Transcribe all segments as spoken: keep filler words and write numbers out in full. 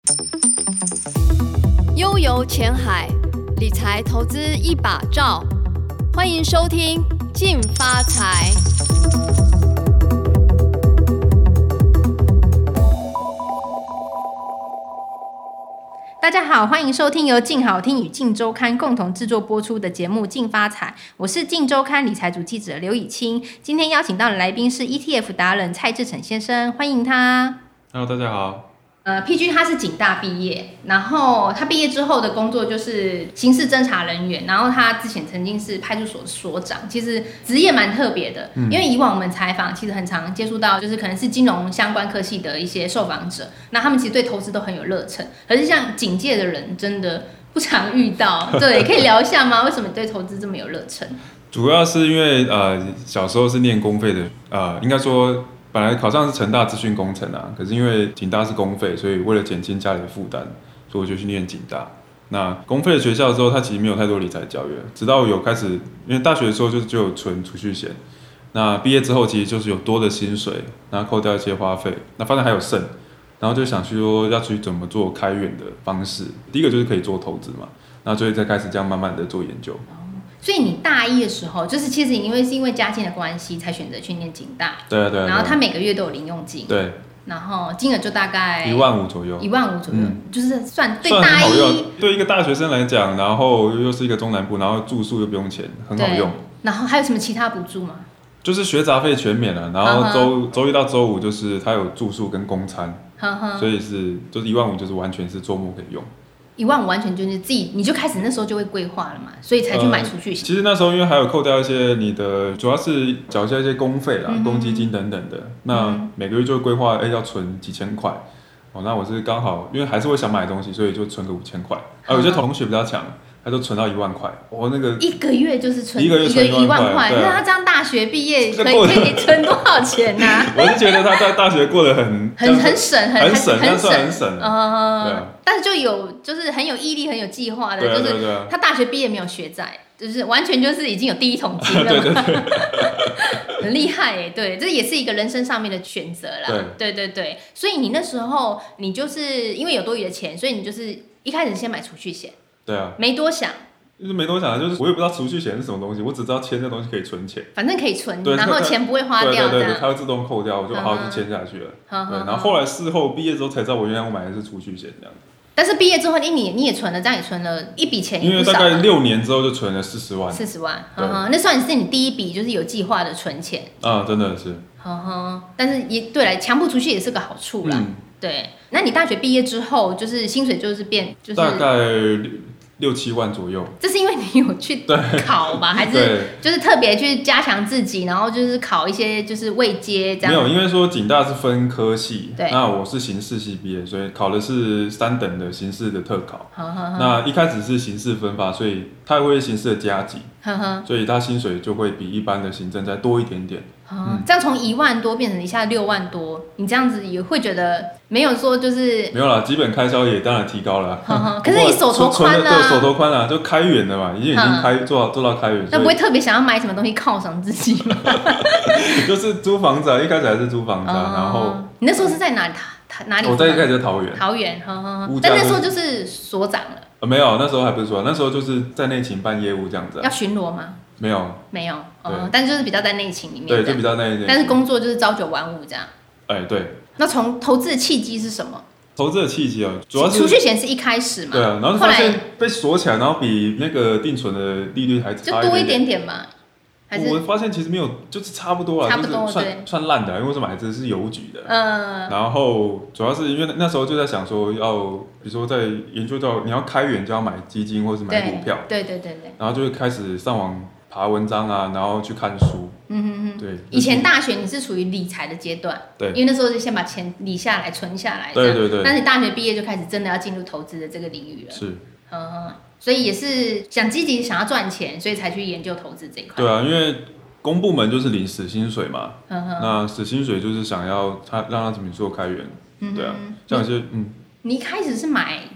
悠游前海，理财投资一把照。欢迎收听进发财。 大家好，欢迎收听由静好听与静周刊共同制作播出的节目《静发财》，我是静周刊理财组记者刘以清。今天邀请到的来宾是 E T F 达人蔡志成先生，欢迎他。 Hello， 大家好。 呃 ，P G 他是警大毕业，然后他毕业之后的工作就是刑事侦查人员，然后他之前曾经是派出所所长，其实职业蛮特别的、嗯。因为以往我们采访其实很常接触到，就是可能是金融相关科系的一些受访者，那他们其实对投资都很有热忱，可是像警界的人真的不常遇到。对，可以聊一下吗？为什么你对投资这么有热忱？ 主要是因为呃小时候是念公费的，呃应该说。本来考上是成大资讯工程啊，可是因为警大是公费，所以为了减轻家里的负担，所以我就去念警大。那公费的学校之后，它其实没有太多理财教育，直到有开始，因为大学的时候就就有存储蓄险。那毕业之后，其实就是有多的薪水，然后扣掉一些花费，那发现还有剩，然后就想去说要去怎么做开源的方式。第一个就是可以做投资嘛，那所以再开始这样慢慢的做研究。 所以你大一的时候，就是其实因为是因为家境的关系，才选择去念警大。 对啊对啊。 然后他每个月都有零用金。 对。 然后金额就大概一万五左右。 一万五左右、嗯，就是算对大一， 对一个大学生来讲，然后又是一个中南部，然后住宿又不用钱，很好用。 然后还有什么其他补助吗？ 就是学杂费全免了，然后周周一到周五就是他有住宿跟公餐，呵呵所以是就是一万五，就是完全是周末可以用。 一万五完全就是自己，你就开始那时候就会规划了嘛，所以才去买储蓄险、 呃。其实那时候因为还有扣掉一些你的，主要是缴一些一些公费啦、嗯、公积金等等的，那每个月就会规划，哎、欸，要存几千块。哦，那我是刚好，因为还是会想买东西，所以就存个五千块。啊，有些同学比较强，他就存到一万块。我、哦、那个一个月就是存一个月存一万块，那、啊、他这样大学毕业可以可以存多少钱呢、啊？ 我是觉得他在大学过得很很很省，很很省， 很省，很省。 嗯，对、啊。但是就有就是很有毅力、很有计划的， 對啊就是對啊他大学毕业没有学债，就是完全就是已经有第一桶金了， 对对对， 很厉害哎，对，这也是一个人生上面的选择啦，对对对，所以你那时候你就是因为有多余的钱，所以你就是一开始先买储蓄险， 对啊， 没多想。 就是没多想，就是我也不知道储蓄险是什么东西，我只知道签这东西可以存钱， 反正可以存，然后钱不会花掉， 对对对对，它会自动扣掉，我就好好就签下去了。嗯、对，然后后来事后毕业之后才知道，我原来我买的是储蓄险这样子。 但是毕业之后，你你你也存了，这样也存了一笔钱， 因为大概六年之后就存了四十万。 四十万，呵呵，那算是你第一笔就是有计划的存钱。 啊，真的是。 呵呵，但是也对了，强迫储蓄也是个好处啦、嗯。对，那你大学毕业之后，就是薪水就是变，就是大概六七万左右， 这是因为你有去考吧，还是就是特别去加强自己，然后就是考一些就是位阶这样？ 没有，因为说警大是分科系，那我是刑事系毕业，所以考的是三等的刑事的特考。呵呵呵那一开始是刑事分发，所以它会刑事的加级，呵呵所以它薪水就会比一般的行政再多一点点。 嗯、这样从一万多变成一下六万多，你这样子也会觉得没有说就是没有啦，基本开销也当然提高了。 可是你手头宽了、啊， 对，手头宽了，就开源了嘛，已经已经开做到做到开源。 那不会特别想要买什么东西犒赏自己吗？ 就是租房子啊，一开始还是租房子、啊，然后你那时候是在哪里？哪里？ 我在一开始在桃园。 桃园，呵呵呵。但那时候就是所长了。 呃，没有，那时候还不是所长，那时候就是在内勤办业务这样子、啊。 要巡逻吗？ 没有， 没有，嗯，但是就是比较在内勤里面， 对，就比较在内勤， 但是工作就是朝九晚五这样。 哎、欸，对。 那从投资的契机是什么？ 投资的契机啊，主要是储蓄险是一开始嘛， 对啊，然后发现被锁起来，然后比那个定存的利率还差就多一点点嘛。还是我发现其实没有，就是差不多啦， 差不多就是算算烂的，因为我是买的是邮局的， 嗯。 然后主要是因为那时候就在想说要，比如说在研究到你要开源就要买基金或是买股票， 对对对对。 然后就会开始上网爬文章啊，然后去看书。嗯哼哼，对。 以前大学你是属于理财的阶段，对，因为那时候就先把钱理下来、存下来， 对对对。 但是大学毕业就开始真的要进入投资的这个领域了， 是。 嗯，所以也是想积极想要赚钱，所以才去研究投资这一块。 对啊，因为公部门就是领死薪水嘛，呵呵那死薪水就是想要他让他怎么做开源，嗯、对啊，像有些嗯。 你一开始是买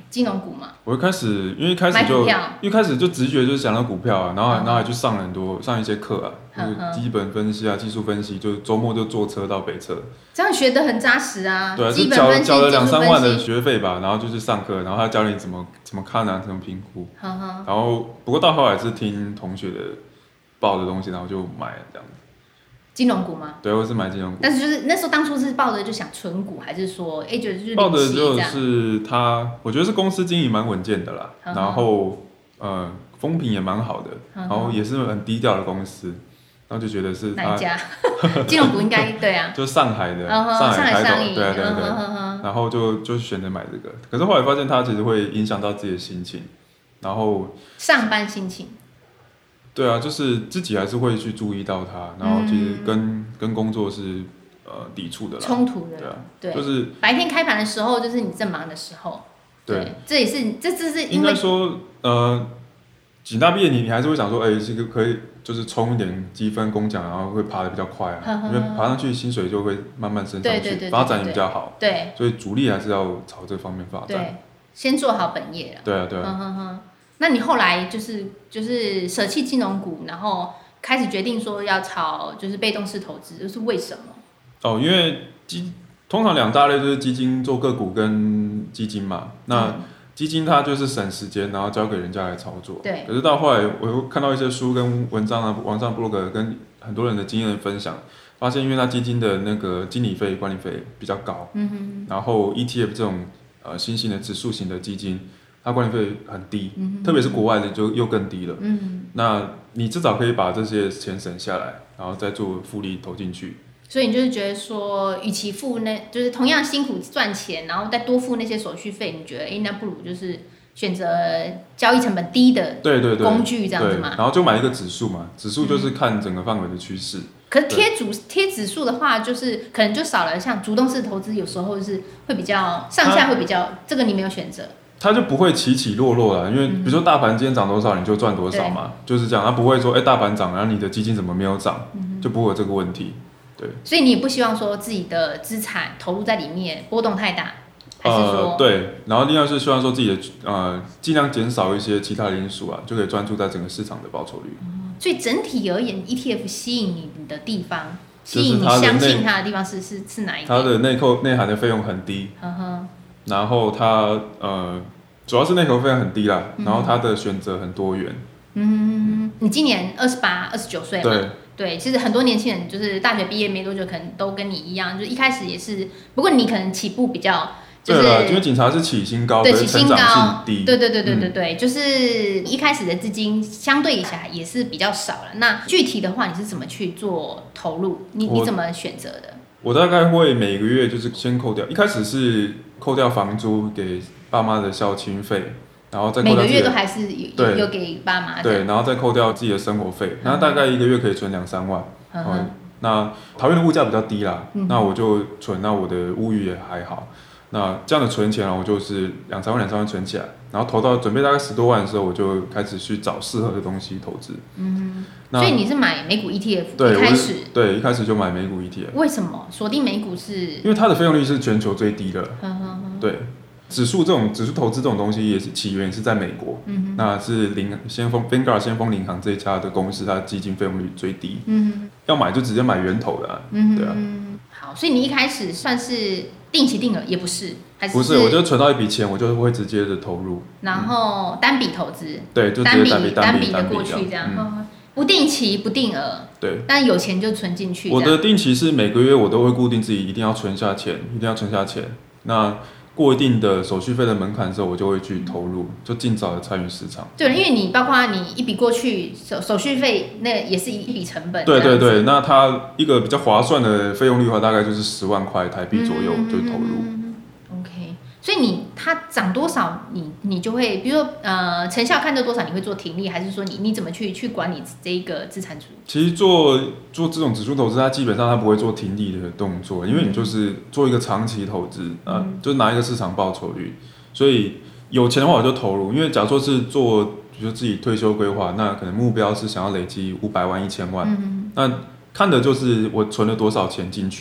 金融股嘛？ 我一开始因为一开始就一开始就直觉就是想到股票啊，然后、嗯、然后还去上了很多上一些课啊，就是基本分析啊、技术分析，就周末就坐车到北车，这样学得很扎实啊。 对啊，就缴缴了两三万的学费吧，然后就去上课，然后他教你怎么怎么看啊，怎么评估。然后不过到后来是听同学的报的东西，然后就买了这样子。 金融股吗？ 对，我是买金融股。 但是就是那时候当初是抱着就想存股，还是说哎觉得就是抱着就是他，我觉得是公司经营蛮稳健的啦，呵呵然后呃风评也蛮好的，呵呵然后也是很低调的公司，然后就觉得是哪一家？金融股应该对啊， 就上海的， 呵呵上海开头， 上海对对对， 呵呵然后就就选择买这个，可是后来发现它其实会影响到自己的心情，然后上班心情。 对啊，就是自己还是会去注意到它，然后其实跟、嗯、跟工作是呃抵触的啦， 冲突的， 对啊， 对， 就是白天开盘的时候，就是你正忙的时候，对，对这也是这这是应该说呃，警大毕业你你还是会想说，哎、欸，这个可以就是冲一点积分公奖，然后会爬得比较快啊，呵呵因为爬上去薪水就会慢慢升上去， 对对对对对发展也比较好， 对， 所以主力还是要朝这方面发展， 对，先做好本业了， 对啊对啊。 呵呵呵那你后来就是就是舍弃金融股，然后开始决定说要炒就是被动式投资，就是为什么？ 哦，因为基通常两大类就是基金做个股跟基金嘛。那基金它就是省时间，然后交给人家来操作。 对。 可是到后来，我又看到一些书跟文章啊，网上 blog 跟很多人的经验分享，发现因为它基金的那个经理费、管理费比较高，嗯哼，然后 E T F 这种呃新兴的指数型的基金。它管理费很低，嗯、特别是国外的就又更低了。嗯、那你至少可以把这些钱省下来，然后再做复利投进去。 所以你就是觉得说，与其付那，就是同样辛苦赚钱，然后再多付那些手续费，你觉得，哎，那不如就是选择交易成本低的工具这样子嘛？ 然后就买一个指数嘛，指数就是看整个范围的趋势。嗯、 可是贴主贴指数的话，就是可能就少了像主动式投资，有时候是会比较上下会比较，这个你没有选择。 它就不会起起落落了，因为比如说大盘今天涨多少，你就赚多少嘛，就是这样。它不会说，哎、欸，大盘涨，然后你的基金怎么没有涨，嗯、就不会有这个问题。对， 所以你也不希望说自己的资产投入在里面波动太大，还是说？ 呃，对。然后另外是希望说自己的呃尽量减少一些其他的因素啊，就可以专注在整个市场的报酬率。 嗯、所以整体而言 ，E T F 吸引你的地方，吸引你相信它的地方是是是哪一个？ 它的内扣内含的费用很低。呵呵然后它呃，主要是内扣费用很低啦，嗯、然后它的选择很多元。 嗯，你今年二十八、二十九岁嘛？ 对。 对，其实很多年轻人就是大学毕业没多久，可能都跟你一样，就一开始也是，不过你可能起步比较。就是对了，因为警察是起薪高， 对，起薪高， 低对对对对对对，嗯、就是一开始的资金相对起来也是比较少了。那具体的话，你是怎么去做投入？你你怎么选择的？ 我大概会每个月就是先扣掉，一开始是扣掉房租给爸妈的孝亲费，然后再扣掉每个月都还是有有给爸妈的， 对，然后再扣掉自己的生活费，那、嗯、大概一个月可以存两三万。嗯嗯、那桃园的物价比较低啦，嗯、那我就存，那我的物欲也还好。那这样的存钱啊，我就是两三万两三万存起来，然后投到准备大概十多万的时候，我就开始去找适合的东西投资。嗯， 所以你是买美股 E T F， 对， 一开始对一开始就买美股 E T F。 为什么锁定美股是？ 因为它的费用率是全球最低的。呵呵呵对，指数这种指数投资这种东西也是起源也是在美国，嗯、那是零先锋 Vanguard 先锋银行这一家的公司，它的基金费用率最低。嗯，要买就直接买源头的、啊。嗯，对啊。 好，所以你一开始算是定期定额，也不是，还是不是？我就存到一笔钱，我就会直接的投入， 然后单笔投资， 嗯、对，就直接单笔单笔的过去这样，嗯、不定期不定额， 对， 但有钱就存进去。 我的定期是每个月我都会固定自己一定要存下钱，一定要存下钱。那过一定的手续费的门槛的时候，我就会去投入，就尽早的参与市场。 对，因为你包括你一笔过去手手续费，那也是一笔成本。 对对对，那它一个比较划算的费用率的话，大概就是十万块台币左右就投入。 嗯、OK， 所以你它涨多少，你你就会，比如说呃成效看这多少，你会做停利，还是说你你怎么去去管理这一个资产组？ 其实做做这种指数投资，它基本上它不会做停利的动作，因为你就是做一个长期投资，啊、呃，就拿一个市场报酬率。所以有钱的话我就投入，因为假如说是做，比如说自己退休规划，那可能目标是想要累积五百万、一千万，嗯、那看的就是我存了多少钱进去。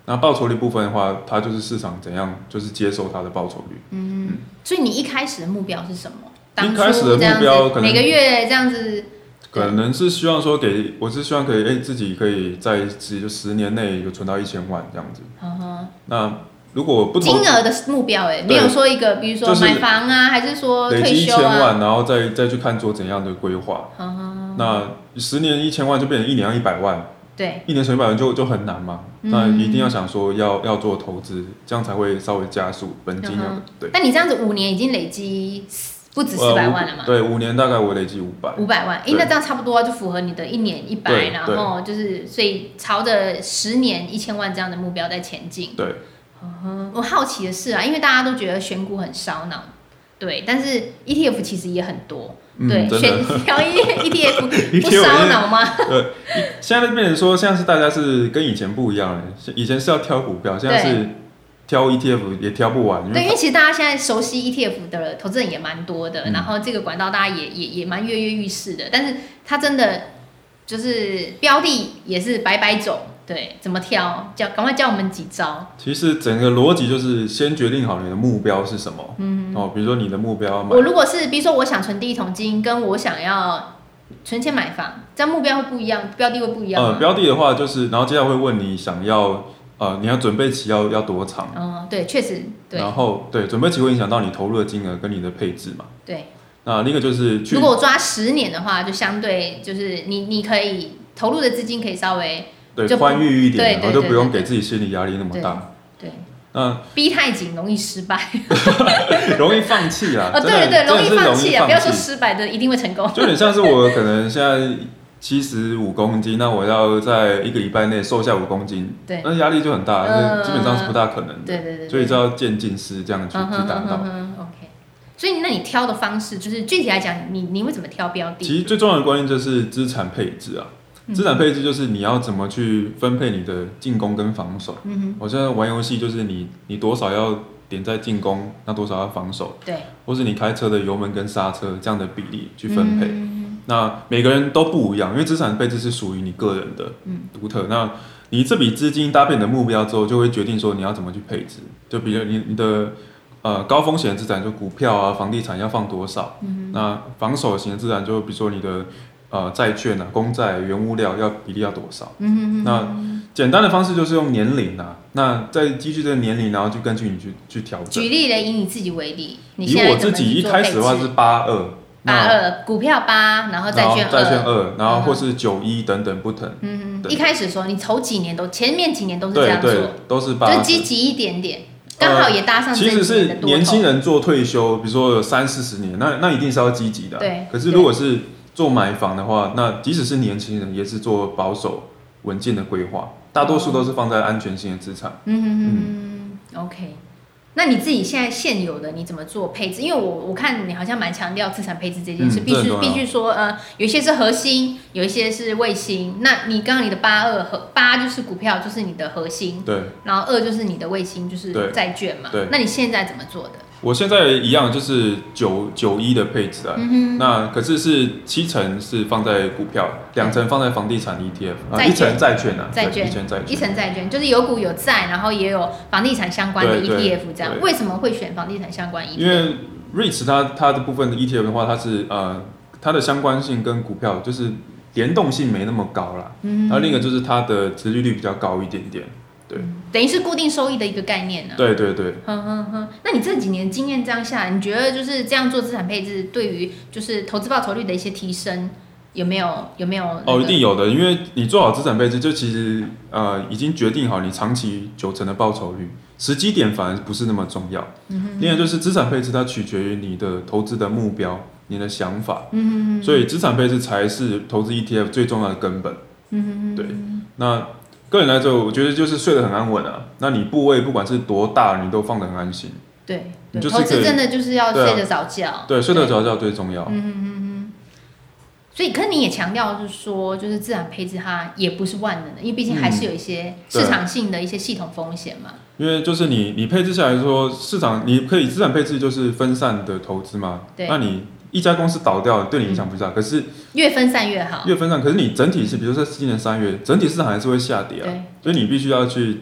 那报酬率部分的话，它就是市场怎样就是接受它的报酬率。 嗯，嗯所以你一开始的目标是什么？ 一开始的目标可能每个月这样子。 可能是希望说给，我是希望可以，哎、欸，自己可以在就十年内有存到一千万这样子。 嗯哼。 那如果不金额的目标、欸，哎，没有说一个，比如说买房啊，还是说退休啊， 累积一千万，然后再再去看做怎样的规划。嗯哼。那十年一千万就变成一年要一百万。 对。 一年存一百万就就很难嘛。嗯、那一定要想说要要做投资，这样才会稍微加速本金要、嗯、对。 那你这样子五年已经累积。不止四百万了嘛、呃？ 对，五年大概我累积五百。 五百万，哎、欸，那这样差不多就符合你的一年一百，然后就是所以朝着十年一千万这样的目标在前进。 对。 嗯，我好奇的是啊，因为大家都觉得选股很烧脑，对，但是 E T F 其实也很多， 嗯、 对，选挑 E T F 不烧脑吗？ 对，现在变成说，现在是大家是跟以前不一样了，以前是要挑股票，现在是。挑 E T F 也挑不完， 对，因为其实大家现在熟悉 E T F 的投资人也蛮多的、嗯，然后这个管道大家也也也蛮跃跃欲试的，但是它真的就是标的也是百百种，对，怎么挑？教赶快教我们几招。 其实整个逻辑就是先决定好你的目标是什么，嗯，哦，比如说你的目标， 我如果是比如说我想存第一桶金，跟我想要存钱买房，这样目标会不一样，标的会不一样吗？ 呃，标的的话就是，然后接下来会问你想要。呃，你要准备期要要多长？ 哦，对，确实，对。 然后，对，准备期会影响到你投入的金额跟你的配置嘛？ 对。 那另一个就是去， 如果我抓十年的话，就相对就是你你可以投入的资金可以稍微对宽裕一点，然后就不用给自己心理压力那么大。 对。 那逼太紧容易失败， 容易放弃啊！ 哦，对对对，容易放弃啊！不要说失败的一定会成功。 就有点像是我可能现在。七十五公斤，那我要在一个礼拜内瘦下五公斤， 对， 那压力就很大，呃、基本上是不大可能的。 对对 对, 對， 所以就要渐进式这样去、嗯、去达到。 OK， 所以那你挑的方式，就是具体来讲，你你会怎么挑标的？ 其实最重要的观念就是资产配置啊，资、嗯、产配置就是你要怎么去分配你的进攻跟防守。嗯哼，我现在玩游戏就是你你多少要点在进攻，那多少要防守， 对， 或是你开车的油门跟刹车这样的比例去分配。嗯，那每个人都不一样，因为资产配置是属于你个人的独特、嗯。那你这笔资金搭配你的目标之后，就会决定说你要怎么去配置。就比如你你的呃高风险的资产，就股票啊、房地产要放多少？嗯、那防守型的资产，就比如说你的呃债券啊、公债、原物料要比例要多少？嗯、那简单的方式就是用年龄啊，那在基于这个年龄，然后就根据你去去调整。 举例来以你自己为例，你以我自己一开始的话是八二。 八二股票八，然后债券二， 债券二，然后或是九一等等不等。 嗯嗯。一开始说你头几年都前面几年都是这样做， 对对，都是八， 就积极一点点，刚好也搭上这几年的多头。 其实是年轻人做退休，比如说有三四十年，那那一定是要积极的、啊。 对。 可是如果是做买房的话，那即使是年轻人，也是做保守稳健的规划，大多数都是放在安全性的资产。 嗯嗯嗯。OK。那你自己现在现有的你怎么做配置？因为我我看你好像蛮强调资产配置这件事，嗯、必须必须说呃，有一些是核心，有一些是卫星。那你刚刚你的八二和八就是股票，就是你的核心， 对， 然后二就是你的卫星，就是债券嘛。 对， 那你现在怎么做的？ 我现在一样就是九九一的配置啊、嗯，那可是是七成是放在股票，两成放在房地产 E T F， 啊，一成债券啊， 债券， 一成债券， 一成债券就是有股有债，然后也有房地产相关的 E T F 这样。为什么会选房地产相关 E T F？ 因为 REITs 它它的部分的 E T F 的话，它是呃它的相关性跟股票就是联动性没那么高啦，嗯，然后另一个就是它的殖利率比较高一点点。对、嗯， 等于是固定收益的一个概念呢、啊。 对对对。 哼哼哼，那你这几年经验这样下来，你觉得就是这样做资产配置，对于就是投资报酬率的一些提升，有没有有没有、那個？ 哦，一定有的，因为你做好资产配置，就其实呃已经决定好你长期九成的报酬率，时机点反而不是那么重要。嗯哼哼。另外就是资产配置，它取决于你的投资的目标、你的想法。嗯哼哼。所以资产配置才是投资 E T F 最重要的根本。嗯哼哼。对，那。个人来说，我觉得就是睡得很安稳啊。那你部位不管是多大，你都放得很安心。 对，对，投资真的就是要睡得着觉。 对，睡得着觉最重要。嗯嗯嗯嗯。所以，可是你也强调就是说，就是资产配置它也不是万能的，因为毕竟还是有一些市场性的一些系统风险嘛。 因为就是你你配置下来说，市场你可以资产配置就是分散的投资嘛。对。那你一家公司倒掉，对你影响不大、嗯。可是越分散越好。 越分散，可是你整体是，比如说今年三月，整体市场还是会下跌啊。所以你必须要去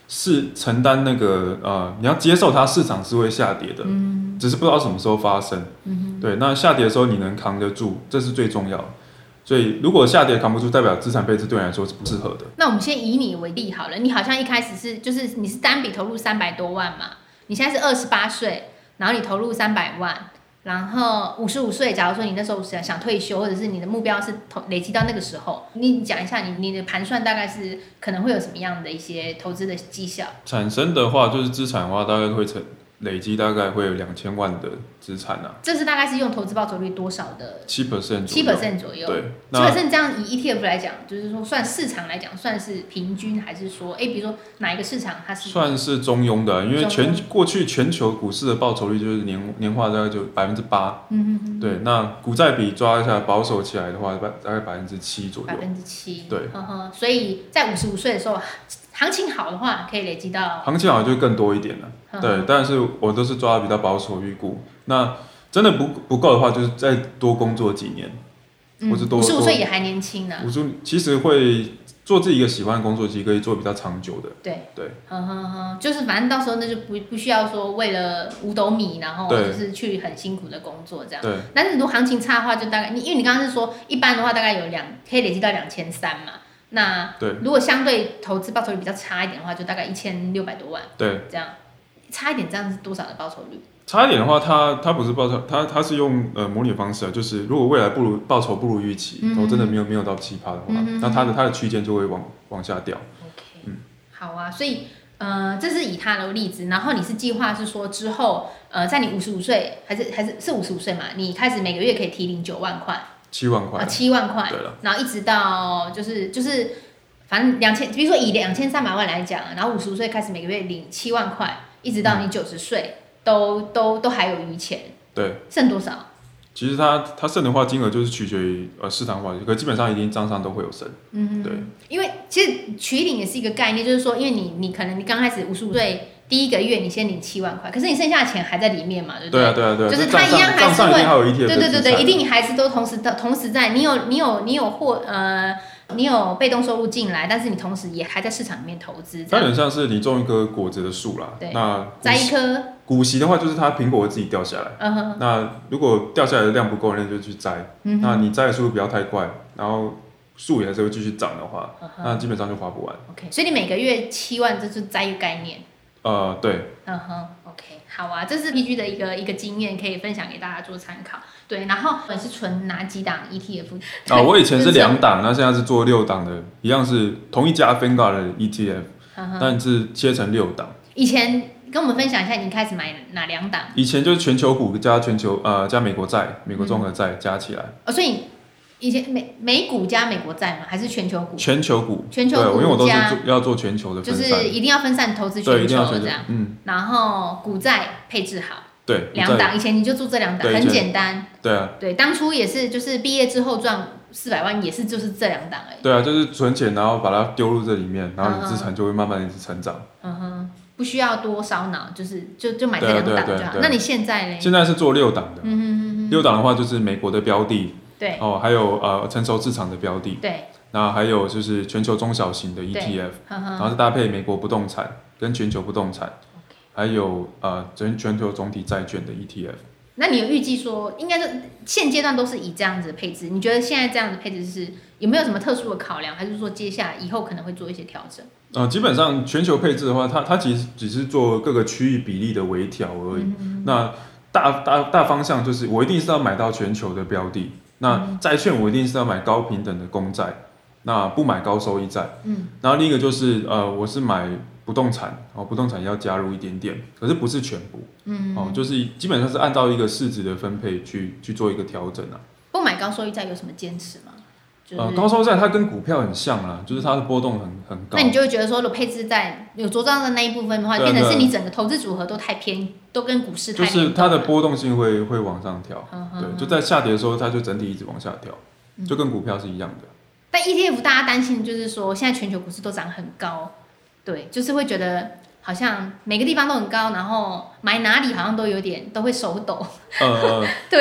是承担那个呃，你要接受它市场是会下跌的，嗯，只是不知道什么时候发生。嗯，对，那下跌的时候你能扛得住，这是最重要的。所以如果下跌扛不住，代表资产配置对你来说是不适合的。 那我们先以你为例好了，你好像一开始是就是你是单笔投入三百多万嘛，你现在是二十八岁，然后你投入三百万，然后五十五岁，假如说你那时候想想退休，或者是你的目标是投累积到那个时候，你讲一下你你的盘算大概是可能会有什么样的一些投资的绩效？ 产生的话就是资产的话，大概会成累积大概会有两千万的资产啊。 这是大概是用投资报酬率多少的？ 七 percent 七 percent 左右。 对， 七 percent 这样以 E T F 来讲，就是说算市场来讲，算是平均，还是说，哎，比如说哪一个市场它是算是中庸的、啊？因为全过去全球股市的报酬率就是年年化大概就百分之八。嗯哼。对，那股债比抓一下保守起来的话，大概百分之七左右。 百分之七。 对。 呵呵，所以在五十五岁的时候。行情好的话，可以累积到行情好就更多一点了，呵呵对。但是我都是抓比较保守预估，那真的不不够的话，就是再多工作几年，嗯、或是多。 五十五岁也还年轻呢。 五十其实会做自己一个喜欢的工作，其实可以做比较长久的。 对对， 呵呵呵，就是反正到时候那就不不需要说为了五斗米，然后就是去很辛苦的工作这样。 对。 但是如果行情差的话，就大概你因为你刚刚是说一般的话，大概有两可以累积到两千三嘛。那如果相对投资报酬率比较差一点的话，就大概一千六百多万。对，这样差一点，这样是多少的报酬率？ 差一点的话，它它不是报酬，它它是用呃模拟的方式啊，就是如果未来不如报酬不如预期，然后真的没有没有到七趴的话，嗯、那它的它的区间就会往往下掉。 OK， 嗯，好啊，所以呃这是以他的例子，然后你是计划是说之后呃在你五十五岁还是还是是五十五岁嘛，你开始每个月可以提领九万块。 七万块啊，七万块， 对了， 然后一直到就是就是，反正两千，比如说以两千三百万来讲，然后五十五岁开始每个月领七万块，一直到你九十岁，都都都还有余钱， 对， 剩多少？ 其实它它剩的话，金额就是取决于呃市场化，可基本上一定账上都会有剩，嗯，对， 因为其实取领也是一个概念，就是说，因为你你可能你刚开始五十五岁。第一个月你先领七万块，可是你剩下的钱还在里面嘛，对不对？ 对啊，对啊，对啊。 就是它一样还是会， 对对对对，一定还是都同时同时在，你有你有你有获呃，你有被动收入进来，但是你同时也还在市场里面投资。 它很像是你种一棵果子的树啦， 对， 那栽一棵。 股息的话，就是它苹果会自己掉下来。嗯哼。那如果掉下来的量不够，那就去摘。嗯。那你摘的速度不要太快，然后树也还是会继续长的话，嗯、那基本上就花不完。 OK， 所以你每个月七万，这就是摘一个概念。 呃，对， 嗯哼 ，OK， 好啊，这是 P G 的一个一个经验，可以分享给大家做参考。对，然后你是存哪几档 E T F？ 啊，我以前是两档，那现在是做六档的，一样是同一家 Vanguard 的 E T F，、嗯、但是切成六档。 以前跟我们分享一下，你开始买哪两档？ 以前就是全球股加全球呃加美国债，美国综合债加起来。 哦，所以以前美美股加美国债吗？还是全球股？ 全球股， 全球股， 因为我都是要做全球的分散， 就是一定要分散投资全球这样。嗯，然后股债配置好。 对， 两档，以前你就做这两档，很简单。 对啊。 对，当初也是，就是毕业之后赚四百万，也是就是这两档哎。 对啊，就是存钱，然后把它丢入这里面，然后你资产就会慢慢一直成长。 嗯哼，不需要多烧脑，就是就就买这两档就好。那你现在呢？ 现在是做六档的。嗯哼哼。六档的话就是美国的标的。 对哦，还有呃成熟市场的标的， 对， 那还有就是全球中小型的 E T F， 然后是搭配美国不动产跟全球不动产， okay. 还有呃全全球总体债券的 E T F。 那你有预计说，应该是现阶段都是以这样子的配置？你觉得现在这样子的配置是有没有什么特殊的考量，还是说接下来以后可能会做一些调整？ 呃，基本上全球配置的话，它它其实只是做各个区域比例的微调而已。嗯、那大大大方向就是我一定是要买到全球的标的。那债券我一定是要买高平等的公债，那不买高收益债。嗯，然后另一个就是呃，我是买不动产，哦，不动产要加入一点点，可是不是全部。嗯，哦，就是基本上是按照一个市值的分配去去做一个调整啊。 不买高收益债有什么坚持吗？就是、 呃，高收益债它跟股票很像啦，就是它的波动很很高。 那你就会觉得说，如果配置在有着装的那一部分的话，变成是你整个投资组合都太偏，都跟股市太偏。 就是它的波动性会会往上调，呵呵呵对，就在下跌的时候，它就整体一直往下调，就跟股票是一样的。嗯、 但 E T F 大家担心的就是说，现在全球股市都涨很高，对，就是会觉得好像每个地方都很高，然后买哪里好像都有点都会手抖。呃，对。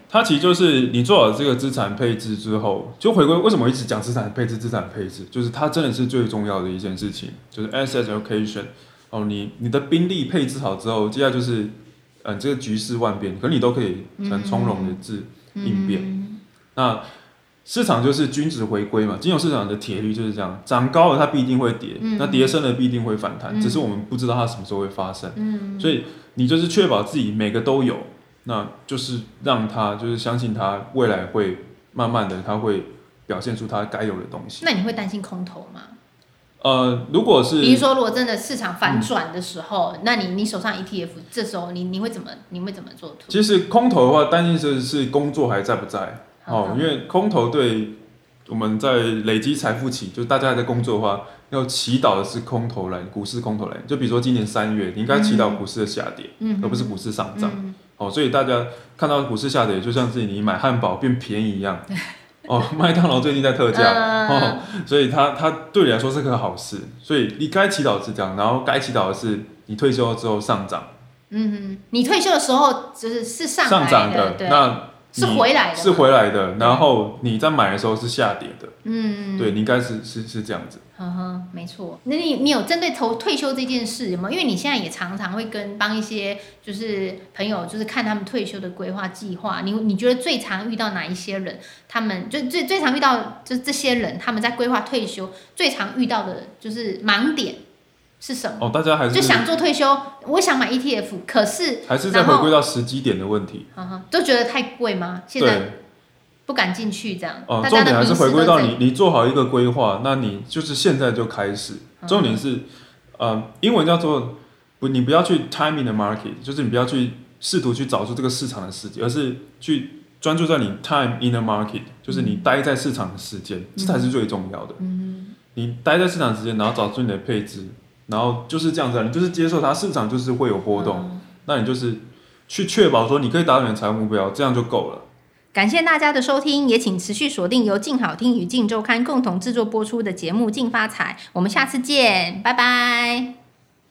它其实就是你做好这个资产配置之后，就回归为什么我一直讲资产配置，资产配置就是它真的是最重要的一件事情，就是 asset allocation。哦，你你的兵力配置好之后，接下来就是，嗯、呃，这个局势万变，可你都可以很从容的自应变。嗯、那市场就是均值回归嘛，金融市场的铁律就是这样，涨高了它必定会跌，嗯、那跌深了必定会反弹，嗯、只是我们不知道它什么时候会发生。嗯、所以你就是确保自己每个都有，那就是让它就是相信它未来会慢慢的它会表现出它该有的东西。 那你会担心空头吗？ 呃，如果是比如说，如果真的市场反转的时候，嗯、那你你手上 E T F 这时候你你会怎么你会怎么做？ 其实空头的话，担心的是工作还在不在哦，因为空头对我们在累积财富期，就大家还在工作的话，要祈祷的是空头来，股市空头来。就比如说今年三月，你应该祈祷股市的下跌，嗯、而不是股市上涨。嗯、哦，所以大家看到股市下跌，就像是你买汉堡变便宜一样。哦，麦当劳最近在特价，嗯、哦，所以它它对你来说是个好事，所以你该祈祷的是这样，然后该祈祷的是你退休之后上涨。 嗯哼，你退休的时候就是是上上涨的， 对， 那是回来的， 是回来的，然后你在买的时候是下跌的。嗯，对，你应该是是是这样子。 呵呵，没错。那你你有针对投退休这件事有没有？因为你现在也常常会跟帮一些就是朋友，就是看他们退休的规划计划。你你觉得最常遇到哪一些人？他们就最最常遇到就是这些人，他们在规划退休最常遇到的就是盲点是什么？ 哦，大家还是就想做退休，我想买 E T F， 可是还是在回归到时机点的问题。 呵呵，都觉得太贵吗？现在不敢进去这样。 哦、呃，重点还是回归到你，你做好一个规划，那你就是现在就开始。重点是，呃，英文叫做不，你不要去 time in the market， 就是你不要去试图去找出这个市场的时机，而是去专注在你 time in the market， 就是你待在市场的时间，嗯、这才是最重要的。嗯、你待在市场时间，然后找出你的配置，然后就是这样子，你就是接受它，市场就是会有波动，嗯、那你就是去确保说你可以达到你的财务目标，这样就够了。 感谢大家的收听，也请持续锁定由静好听与静周刊共同制作播出的节目《静发财》，我们下次见，拜拜。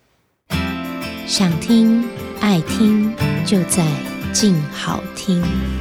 想听爱听就在静好听。